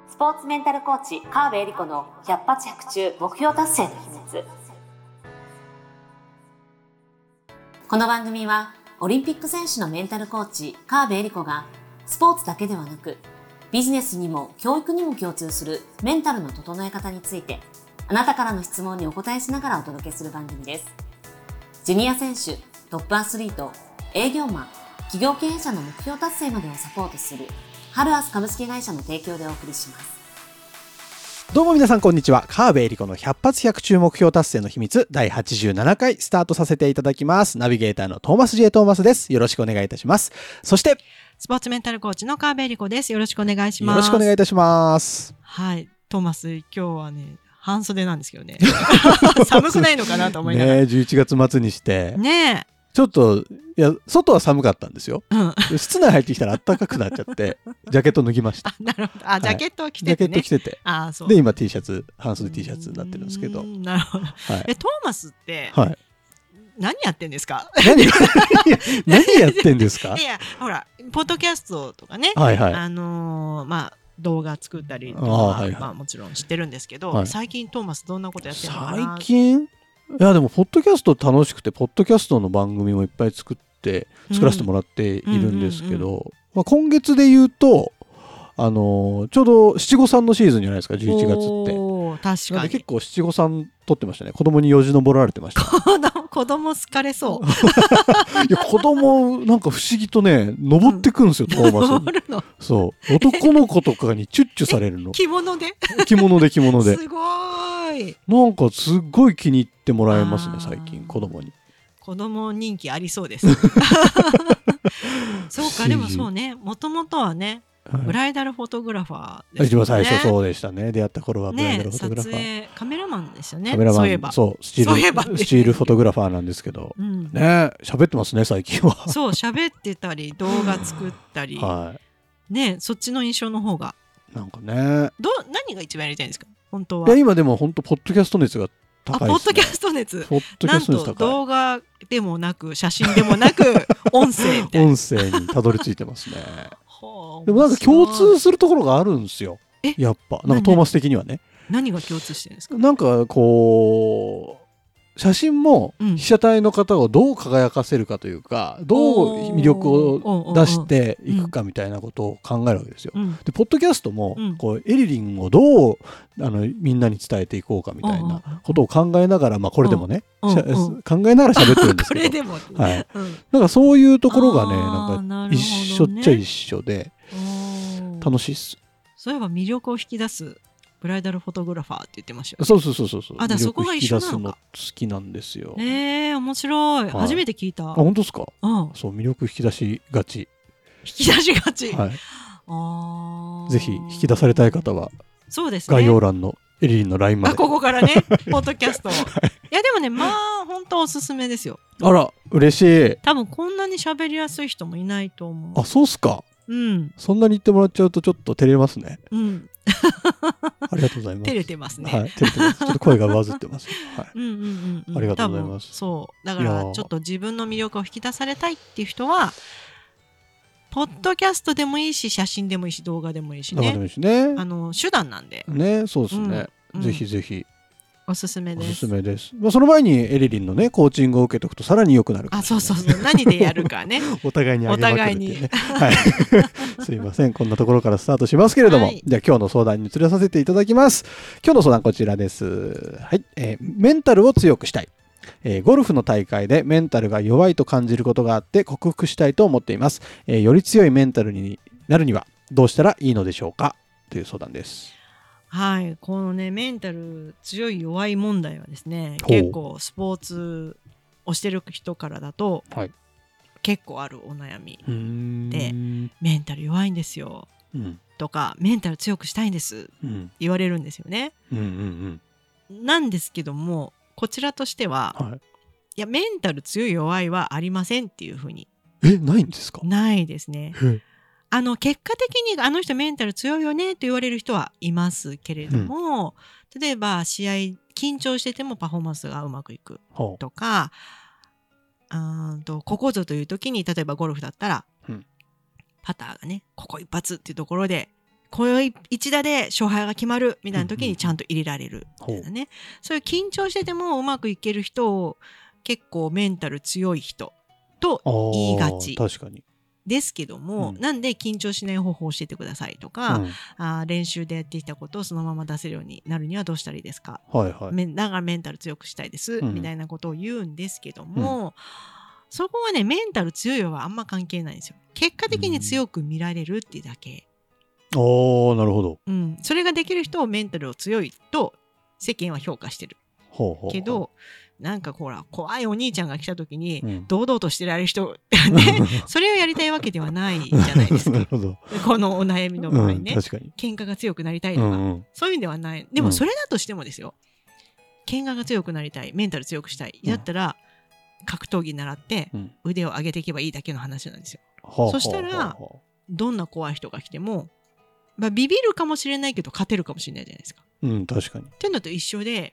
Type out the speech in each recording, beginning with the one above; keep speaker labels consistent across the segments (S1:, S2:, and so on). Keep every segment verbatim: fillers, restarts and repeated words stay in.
S1: スポーツメンタルコーチ川辺恵理子の百発百中目標達成の秘密。この番組はオリンピック選手のメンタルコーチ川辺恵理子がスポーツだけではなくビジネスにも教育にも共通するメンタルの整え方についてあなたからの質問にお答えしながらお届けする番組です。ジュニア選手、トップアスリート、営業マン、企業経営者の目標達成までをサポートするハルアス株式会社の提供でお送りします。
S2: どうも皆さんこんにちは。川辺恵理子の百発百中目標達成の秘密だいはちじゅうななかいスタートさせていただきます。ナビゲーターのトーマス J トーマスです。よろしくお願いいたします。そして
S3: スポーツメンタルコーチの川辺恵理子です。よろしくお願いします。
S2: よろしくお願いいたします。
S3: はい、トーマス今日はね半袖なんですけどね寒くないのかなと思いながら
S2: ね、じゅういちがつ末にして
S3: ねえ
S2: ちょっといや外は寒かったんですよ、
S3: うん、
S2: 室内入ってきたら暖かくなっちゃってジャケット脱ぎました。
S3: あ、なるほど。あ、ジャケットを着ててね、
S2: ジャケット着てて、
S3: あ、そう
S2: で今 T シャツ半袖 T シャツになってるんですけど、
S3: なるほど、はい、えトーマスって、はい、何やってんですか？
S2: 何何やってんですか？
S3: いやほらポッドキャストとかね、
S2: はいはい、
S3: あのー、まあ動画作ったりとか、あ、はいはい、まあ、もちろん知ってるんですけど、はい、最近トーマスどんなことやってるのかな？
S2: 最近いやでもポッドキャスト楽しくてポッドキャストの番組もいっぱい作って作らせてもらっているんですけど、まあ、今月で言うとあのー、ちょうど七五三のシーズンじゃないですか。じゅういちがつって
S3: 確かに
S2: 結構七五三撮ってましたね。子供によじ登られてました。
S3: 子供好かれそう
S2: いや子供なんか不思議とね登ってくんですよ、うん、トーマス
S3: 登るの。
S2: そう男の子とかにチュッチュされるの。
S3: 着物で
S2: 着物で着物です
S3: ごい
S2: なんかすっごい気に入ってもらえますね最近子供に。
S3: 子供人気ありそうですそうか。でもそうね、もともとはねブライダルフォトグラファーですよね。
S2: 一番最初そうでしたね。出会った頃はブライダルフォトグラファー、
S3: ね、撮影カメラマンですよね。
S2: カメラマン、
S3: そういえば
S2: そうスチールスチールフォトグラファーなんですけど、うん、ね喋ってますね最近は。
S3: そう喋ってたり動画作ったり、はい、ねそっちの印象の方が
S2: なんかね。
S3: ど何が一番やりたいんですか本当は？
S2: いや今でも本当ポッドキャスト熱が高いですね。
S3: あ、ポッドキャスト熱。
S2: ポッドキャスト熱高い。
S3: なんと動画でもなく写真でもなく音声みたいな
S2: 音声にたどり着いてますねでもなんか共通するところがあるんですよやっぱ。なんかトーマス的にはね。
S3: 何が共通してるんですか？
S2: なんかこう写真も被写体の方をどう輝かせるかというか、うん、どう魅力を出していくかみたいなことを考えるわけですよ、うん、でポッドキャストもこうエリリンをどうあのみんなに伝えていこうかみたいなことを考えながら、まあ、これでもね、うんうん、考えながら喋ってるんですけどこれでも、はい、うん、なんかそういうところがねなんか一緒っちゃ一緒で楽しいっす。
S3: そういえば魅力を引き出すブライダルフォトグラファーって言ってましたよね。
S2: そうそうそうそうそう。
S3: あ、だそこが一緒なのか。
S2: 好きなんですよ。
S3: えー、面白い、はい、初めて聞いた。
S2: あ、本当ですか？
S3: うん。
S2: そう魅力引き出しがち。
S3: 引き出しがち。
S2: はい。
S3: あ
S2: ぜひ引き出されたい方は、
S3: そうですね。
S2: 概要欄のエリリンの ライン まで。
S3: あ、ここからね、ポッドキャスト。はい、いやでもね、まあ本当おすすめですよ。
S2: あら、嬉しい。
S3: 多分こんなに喋りやすい人もいないと思う。
S2: あ、そうっすか。
S3: うん。
S2: そんなに言ってもらっちゃうとちょっと照れますね。
S3: うん。
S2: ありがとうございます。
S3: 照れてますね。
S2: はい、照れてます。ちょっと声がバズってます。はい。
S3: うんうんうん、うん。
S2: ありがとうございます。
S3: そうだからちょっと自分の魅力を引き出されたいっていう人は、ポッドキャストでもいいし、写真でもいいし、動画でもいいしね。
S2: 動画でもいいしね。
S3: あの手段なんで。
S2: ね、そうですね。うん、ぜひぜひ。
S3: おすすめです。
S2: おすすめです。まあ、その前にエリリンのねコーチングを受けておくとさらに良くなるかもしれない。
S3: あ、そうそうそう。何でやるかね。
S2: お互いにあげまくるっていうね。はい。すいません。こんなところからスタートしますけれども、はい、じゃあ今日の相談に移らさせていただきます。今日の相談こちらです。はい。えー、メンタルを強くしたい。えー、ゴルフの大会でメンタルが弱いと感じることがあって克服したいと思っています。えー、より強いメンタルになるにはどうしたらいいのでしょうかという相談です。
S3: はい、このねメンタル強い弱い問題はですね、結構スポーツをしてる人からだと、はい、結構あるお悩みで、メンタル弱いんですよ、うん、とかメンタル強くしたいんです、うん、言われるんですよね、うんうんうん、なんですけどもこちらとしては、はい、いやメンタル強い弱いはありませんっていうふうに。
S2: え、ないんですか？
S3: ないですね。あの結果的にあの人メンタル強いよねと言われる人はいますけれども、うん、例えば試合緊張しててもパフォーマンスがうまくいくとか、あとここぞという時に例えばゴルフだったら、うん、パターがねここ一発っていうところでこの一打で勝敗が決まるみたいな時にちゃんと入れられるみたいなね、うんうん、そういう緊張しててもうまくいける人を結構メンタル強い人と言いがちですけども、うん、なんで緊張しない方法を教えてくださいとか、うん、あ練習でやってきたことをそのまま出せるようになるにはどうしたらいいですか、はいはい、だからメンタル強くしたいです、うん、みたいなことを言うんですけども、うん、そこはねメンタル強いはあんま関係ないんですよ。結果的に強く見られるっていうだけ、
S2: うん、おーなるほど、
S3: うん、それができる人をメンタルを強いと世間は評価してるほうほうほうけど、なんかほら怖いお兄ちゃんが来た時に堂々としてられる人、うんね、それをやりたいわけではないじゃないですかなるほどこのお悩みの場合ね、うん、確かに喧嘩が強くなりたいとか、うんうん、そういうんではない。でもそれだとしてもですよ、喧嘩が強くなりたいメンタル強くしたいだったら、うん、格闘技習って腕を上げていけばいいだけの話なんですよ、うん、そしたらどんな怖い人が来ても、まあ、ビビるかもしれないけど勝てるかもしれないじゃないですか。
S2: うん確かに。
S3: っていうのと一緒で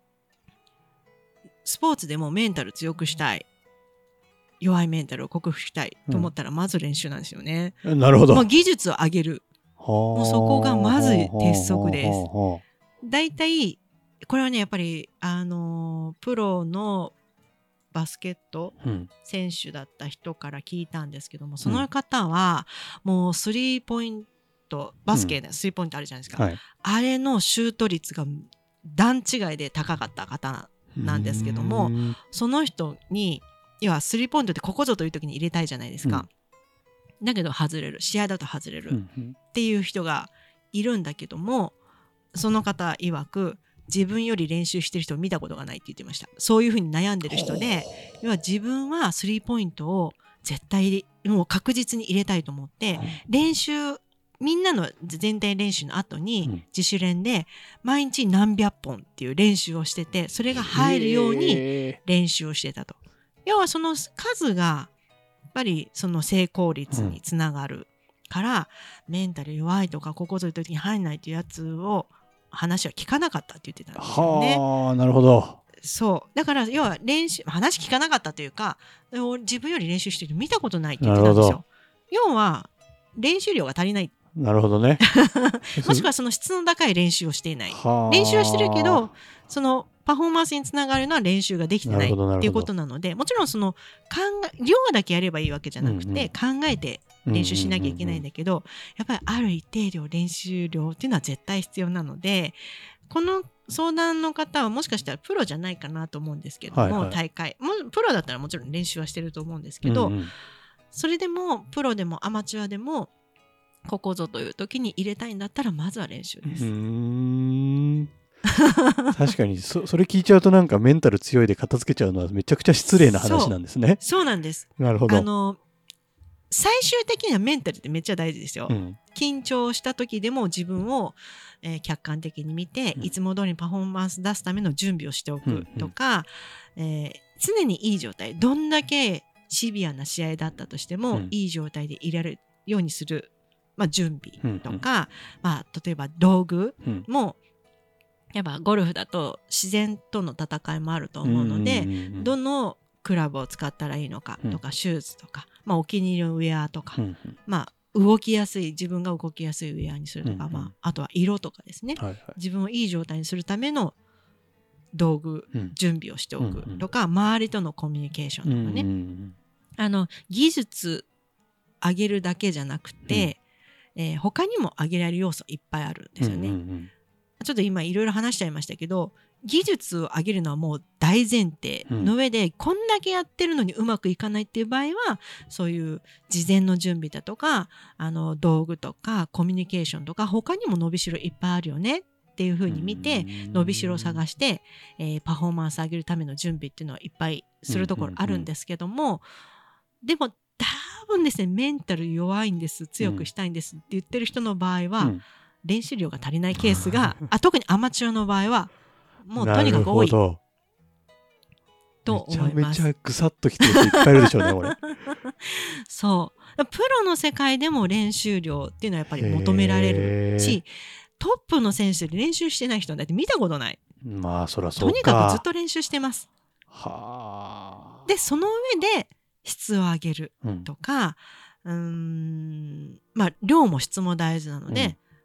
S3: スポーツでもメンタル強くしたい、弱いメンタルを克服したいと思ったらまず練習なんですよね、
S2: うん、なるほど。
S3: まあ、技術を上げる、もうそこがまず鉄則です。だいたいこれはねやっぱりあのー、プロのバスケット選手だった人から聞いたんですけども、うん、その方はもうスリーポイントバスケでスリーポイントあるじゃないですか、うんはい、あれのシュート率が段違いで高かった方なんですけども、その人に要はスリーポイントってここぞという時に入れたいじゃないですか、うん、だけど外れる、試合だと外れるっていう人がいるんだけども、その方曰く自分より練習してる人を見たことがないって言ってました。そういうふうに悩んでる人で、要は自分はスリーポイントを絶対もう確実に入れたいと思って練習、みんなの全体練習の後に自主練で毎日何百本っていう練習をしてて、それが入るように練習をしてたと。要はその数がやっぱりその成功率につながるから、メンタル弱いとかここぞという時に入んないというやつを話は聞かなかったって言ってたんですよね。
S2: はあ、なるほど。
S3: そうだから要は練習話聞かなかったというか、自分より練習してる人見たことないって言ってたんですよ。要は練習量が足りない。
S2: なるほどね
S3: もしくはその質の高い練習をしていない。練習はしてるけどそのパフォーマンスにつながるのは練習ができてないっていうことなので、もちろんその考え量だけやればいいわけじゃなくて、うんうん、考えて練習しなきゃいけないんだけど、やっぱりある一定量練習量っていうのは絶対必要なので、この相談の方はもしかしたらプロじゃないかなと思うんですけども、はいはい、大会もプロだったらもちろん練習はしてると思うんですけど、うんうん、それでもプロでもアマチュアでもここぞという時に入れたいんだったらまずは練習です。うーん
S2: 確かに そ, それ聞いちゃうとなんかメンタル強いで片付けちゃうのはめちゃくちゃ失礼な話なんですね。
S3: そう、そうなんです。
S2: なるほど。
S3: あの最終的にはメンタルってめっちゃ大事ですよ、うん、緊張した時でも自分を、えー、客観的に見て、うん、いつも通りにパフォーマンス出すための準備をしておくとか、うんうん、えー、常にいい状態、どんだけシビアな試合だったとしても、うん、いい状態でいられるようにする、まあ、準備とか、うんうん、まあ、例えば道具も、うん、やっぱゴルフだと自然との戦いもあると思うので、うんうんうんうん、どのクラブを使ったらいいのかとか、うん、シューズとか、まあ、お気に入りのウェアとか、うんうん、まあ、動きやすい、自分が動きやすいウェアにするとか、うんうん、まあ、あとは色とかですね、はいはい、自分をいい状態にするための道具、うん、準備をしておくとか、うんうん、周りとのコミュニケーションとかね、うんうん、あの技術上げるだけじゃなくて、うん、えー、他にも上げられる要素いっぱいあるんですよね、うんうんうん、ちょっと今いろいろ話しちゃいましたけど、技術を上げるのはもう大前提の上で、うん、こんだけやってるのにうまくいかないっていう場合は、そういう事前の準備だとか、あの道具とかコミュニケーションとか、他にも伸びしろいっぱいあるよねっていう風に見て、伸びしろを探して、えー、パフォーマンス上げるための準備っていうのはいっぱいするところあるんですけども、うんうんうん、でも多分ですね、メンタル弱いんです、強くしたいんですって言ってる人の場合は、うん、練習量が足りないケースがあ、特にアマチュアの場合はもうとにかく多いと思います。
S2: めちゃめちゃぐさっときてる人いっぱいいるでしょうねこれ
S3: そうプロの世界でも練習量っていうのはやっぱり求められるし、トップの選手で練習してない人だって見たことない。
S2: まあそりゃそうか。
S3: とにかくずっと練習してます。
S2: はあ。
S3: でその上で質を上げるとか、うん、うーんまあ量も質も大事なので、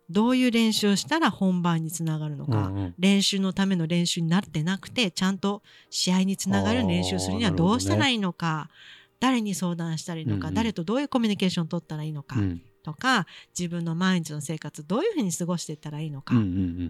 S3: どういう練習をしたら本番につながるのか、うんうん、練習のための練習になってなくてちゃんと試合につながる練習するにはどうしたらいいのか、ね、誰に相談したらいいのか、うんうん、誰とどういうコミュニケーションを取ったらいいのか、うん、とか自分の毎日の生活どういうふうに過ごしていったらいいのか、うんうんうん、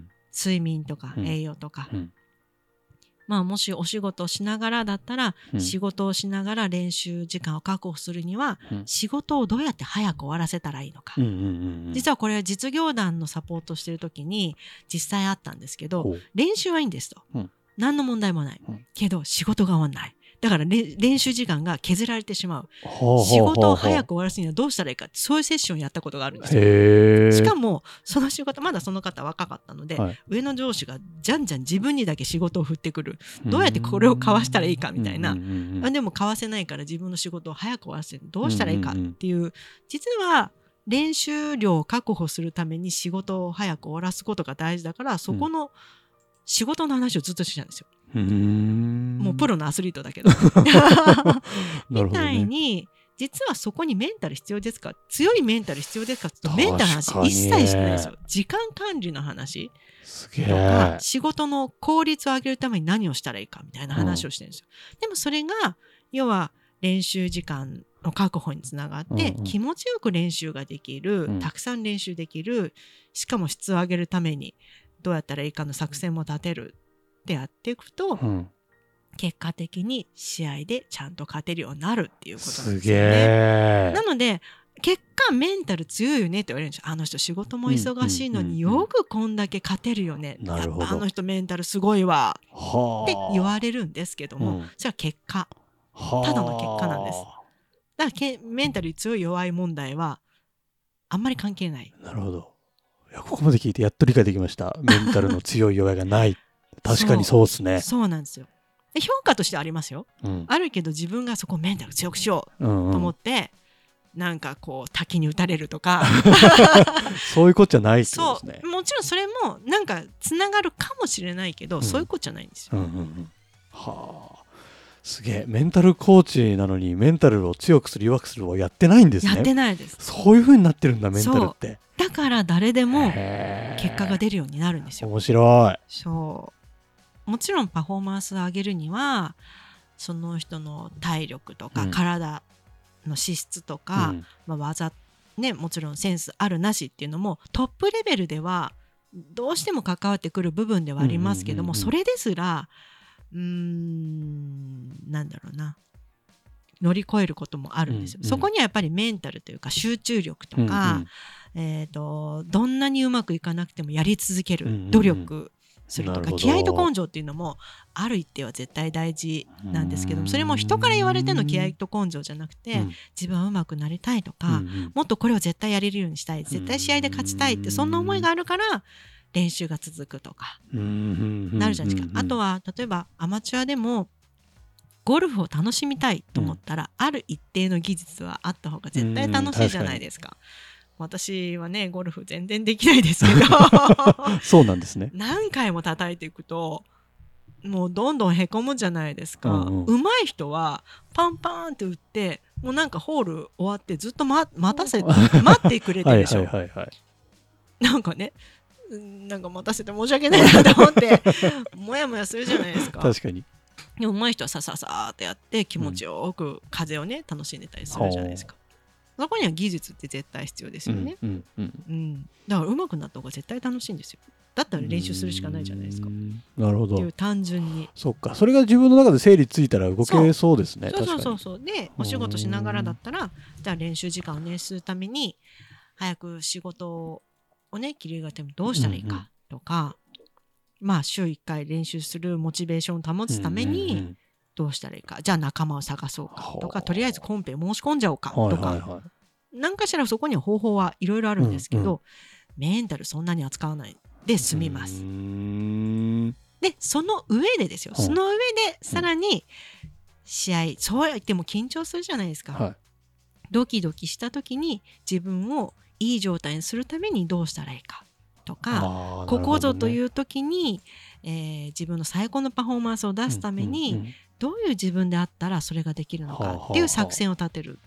S3: 睡眠とか栄養とか、うんうんまあ、もしお仕事をしながらだったら、うん、仕事をしながら練習時間を確保するには、うん、仕事をどうやって早く終わらせたらいいのか、うんうんうんうん、実はこれは実業団のサポートしてる時に実際あったんですけど、練習はいいんですと、うん、何の問題もない、うん、けど仕事が終わんない、だから練習時間が削られてしまう、ほうほうほうほう、仕事を早く終わらせるにはどうしたらいいか、そういうセッションをやったことがあるんですよ。へー。しかもその仕事まだその方若かったので、はい、上の上司がじゃんじゃん自分にだけ仕事を振ってくる、どうやってこれをかわしたらいいかみたいな、あでもかわせないから自分の仕事を早く終わらせる、どうしたらいいかっていう、実は練習量を確保するために仕事を早く終わらすことが大事だから、そこの仕事の話をずっとしてたんですよ。うーん、もうプロのアスリートだけどみたいに、実はそこにメンタル必要ですか、強いメンタル必要ですかって言うと、メンタルの話一切してないですよ。時間管理の話とか仕事の効率を上げるために何をしたらいいかみたいな話をしてるんですよ、うん、でもそれが要は練習時間の確保につながって、うんうん、気持ちよく練習ができる、うん、たくさん練習できる、しかも質を上げるためにどうやったらいいかの作戦も立てるってやっていくと、うん、結果的に試合でちゃんと勝てるようになるっていうことなんですよね。なので結果メンタル強いよねって言われるんですよ。あの人仕事も忙しいのによくこんだけ勝てるよね、うんうんうん、やっぱあの人メンタルすごいわって言われるんですけども、うん、それは結果、ただの結果なんです。だからけメンタル強い弱い問題はあんまり関係ない。
S2: なるほど。いやここまで聞いてやっと理解できました。メンタルの強い弱いがない確かにそうですね。
S3: そう、そうなんですよ。で評価としてありますよ、うん、あるけど自分がそこをメンタル強くしようと思って、うんうん、なんかこう滝に打たれるとか
S2: そういうことじゃないってことですね。
S3: そう、もちろんそれもなんかつながるかもしれないけど、うん、そういうことじゃないんですよ、うんうんうん、
S2: はあ、すげえ。メンタルコーチなのにメンタルを強くする弱くするをやってないんですね。
S3: やってないです。
S2: そういう風になってるんだメンタルって。
S3: だから誰でも結果が出るようになるんですよ。
S2: 面白い。
S3: そうもちろんパフォーマンスを上げるにはその人の体力とか体の資質とか、うんまあ、技ね、もちろんセンスあるなしっていうのもトップレベルではどうしても関わってくる部分ではありますけども、それですらうーんなんだろうな乗り越えることもあるんですよ、うんうん、そこにはやっぱりメンタルというか集中力とか、うんうんえーと、どんなにうまくいかなくてもやり続ける努力するとか、うんうん、気合と根性っていうのもある一定は絶対大事なんですけども、それも人から言われての気合と根性じゃなくて、うん、自分はうまくなりたいとか、うんうん、もっとこれを絶対やれるようにしたい、絶対試合で勝ちたいってそんな思いがあるから練習が続くとかなるじゃないですか。あとは例えばアマチュアでもゴルフを楽しみたいと思ったら、うん、ある一定の技術はあった方が絶対楽しいじゃないですか。私はねゴルフ全然できないですけど
S2: そうなんですね。
S3: 何回も叩いていくともうどんどんへこむじゃないですか、うんうん、上手い人はパンパンって打ってもうなんかホール終わってずっと、ま、待たせて待ってくれてるでしょはいはいはい、はい、なんかねなんか待たせて申し訳ないなと思ってもやもやするじゃないですか。
S2: 確かに。
S3: でも上手い人はさささーってやって気持ちよく風をね楽しんでたりするじゃないですか、うん、そこには技術って絶対必要ですよね、うんうんうん、だから上手くなった方が絶対楽しいんですよ。だったら練習するしかないじゃないですか。
S2: なるほど。
S3: っていう単純に
S2: そっか、それが自分の中で整理ついたら動けそうですね。
S3: そうそうそうそう。でお仕事しながらだったらじゃあ練習時間をねするために早く仕事をね切り替えてどうしたらいいかとか、うんうんまあ週いっかい練習するモチベーションを保つためにどうしたらいいか、じゃあ仲間を探そうかとか、とりあえずコンペ申し込んじゃおうかとか、はいはいはい、何かしらそこには方法はいろいろあるんですけど、うんうん、メンタルそんなに扱わないで済みます。でその上でですよ、その上でさらに試合、そうやっても緊張するじゃないですか、はい、ドキドキした時に自分をいい状態にするためにどうしたらいいかとか、ここぞという時に、えー、自分の最高のパフォーマンスを出すために、うんうんうん、どういう自分であったらそれができるのかっていう作戦を立てる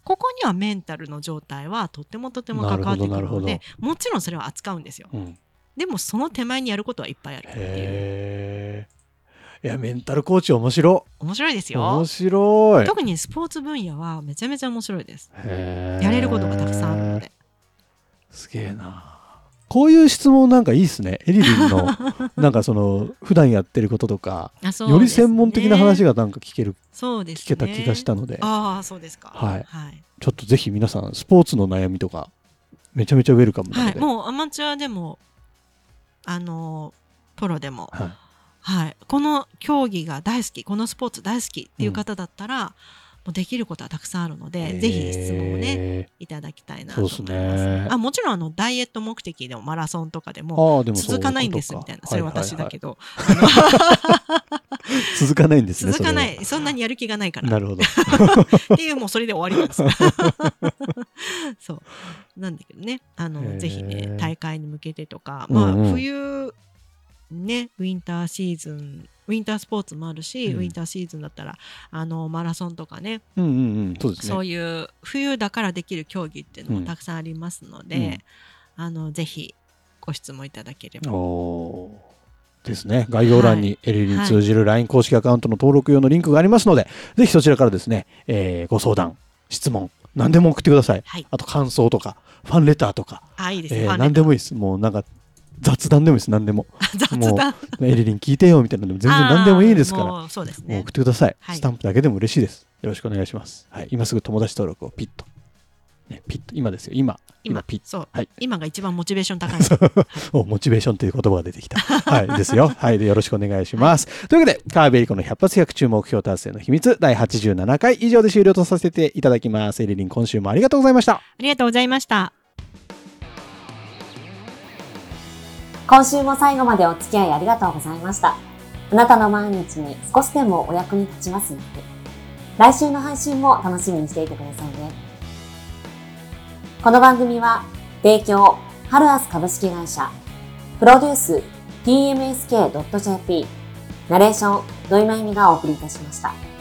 S3: ここにはメンタルの状態はとってもとても関わってくるので、もちろんそれは扱うんですよ、うん、でもその手前にやることはいっぱいあるっていう。
S2: へー、いやメンタルコーチ面白い
S3: 面白いですよ。
S2: 面白い。
S3: 特にスポーツ分野はめちゃめちゃ面白いです。へー、やれることがたくさんあるので。
S2: すげえな。こういう質問なんかいいですね。エリリンのなんかその普段やってることとか、ね、より専門的な話がなんか聞ける、
S3: そうですね、
S2: 聞けた気がしたので、
S3: ああそうですか、
S2: はい、はい、ちょっとぜひ皆さんスポーツの悩みとかめちゃめちゃウェルカムなので、
S3: はい、もうアマチュアでもあのプロでも、はいはい、この競技が大好き、このスポーツ大好きっていう方だったら、うん、もうできることはたくさんあるので、ぜひ質問をねいただきたいなと思います。そうですね。あ、もちろんあのダイエット目的でもマラソンとかでも続かないんですみたいな、それ私だけど、はいはい
S2: はい、続かないんですね。
S3: 続かない、そんなにやる気がないから。
S2: なるほど。
S3: っていうもうそれで終わりなんです。そうなんだけどね、あのぜひね大会に向けてとか、まあ、うんうん、冬ね、ウィンターシーズン、ウィンタースポーツもあるし、うん、ウィンターシーズンだったらあのマラソンとかね、うんうんうん、そうですね、そういう冬だからできる競技っていうのもたくさんありますので、うん、あのぜひご質問いただければ。
S2: おですね、概要欄にエリリに通じる ライン 公式アカウントの登録用のリンクがありますので、はい、ぜひそちらからですね、えー、ご相談、質問何でも送ってください、はい、あと感想とかファンレターとか、
S3: あ、いいですね、
S2: えー、何でもいいです。もうなんか雑談でもいいです。何でも
S3: 雑
S2: 談、もうエリリン聞いてよみたいなのでも全然何でもいいですから、もう
S3: そうですね、
S2: もう送ってください、はい、スタンプだけでも嬉しいです。よろしくお願いします、はい、今すぐ友達登録をピッと、ね、ピッと今ですよ、今
S3: 今,
S2: 今ピッ
S3: そう、
S2: はい、
S3: 今が一番モチベーション高いです、はい、
S2: おモチベーションという言葉が出てきたはいですよ、はい、でよろしくお願いします、はい、というわけで川辺エリコのひゃく発ひゃく中目標達成の秘密だいはちじゅうななかい以上で終了とさせていただきます。エリリン、今週もありがとうございました。
S3: ありがとうございました。
S1: 今週も最後までお付き合いありがとうございました。あなたの毎日に少しでもお役に立ちますので、来週の配信も楽しみにしていてくださいね。この番組は提供ハルアス株式会社、プロデュース ティーエムエスケードットジェーピー、ナレーション土井真由美がお送りいたしました。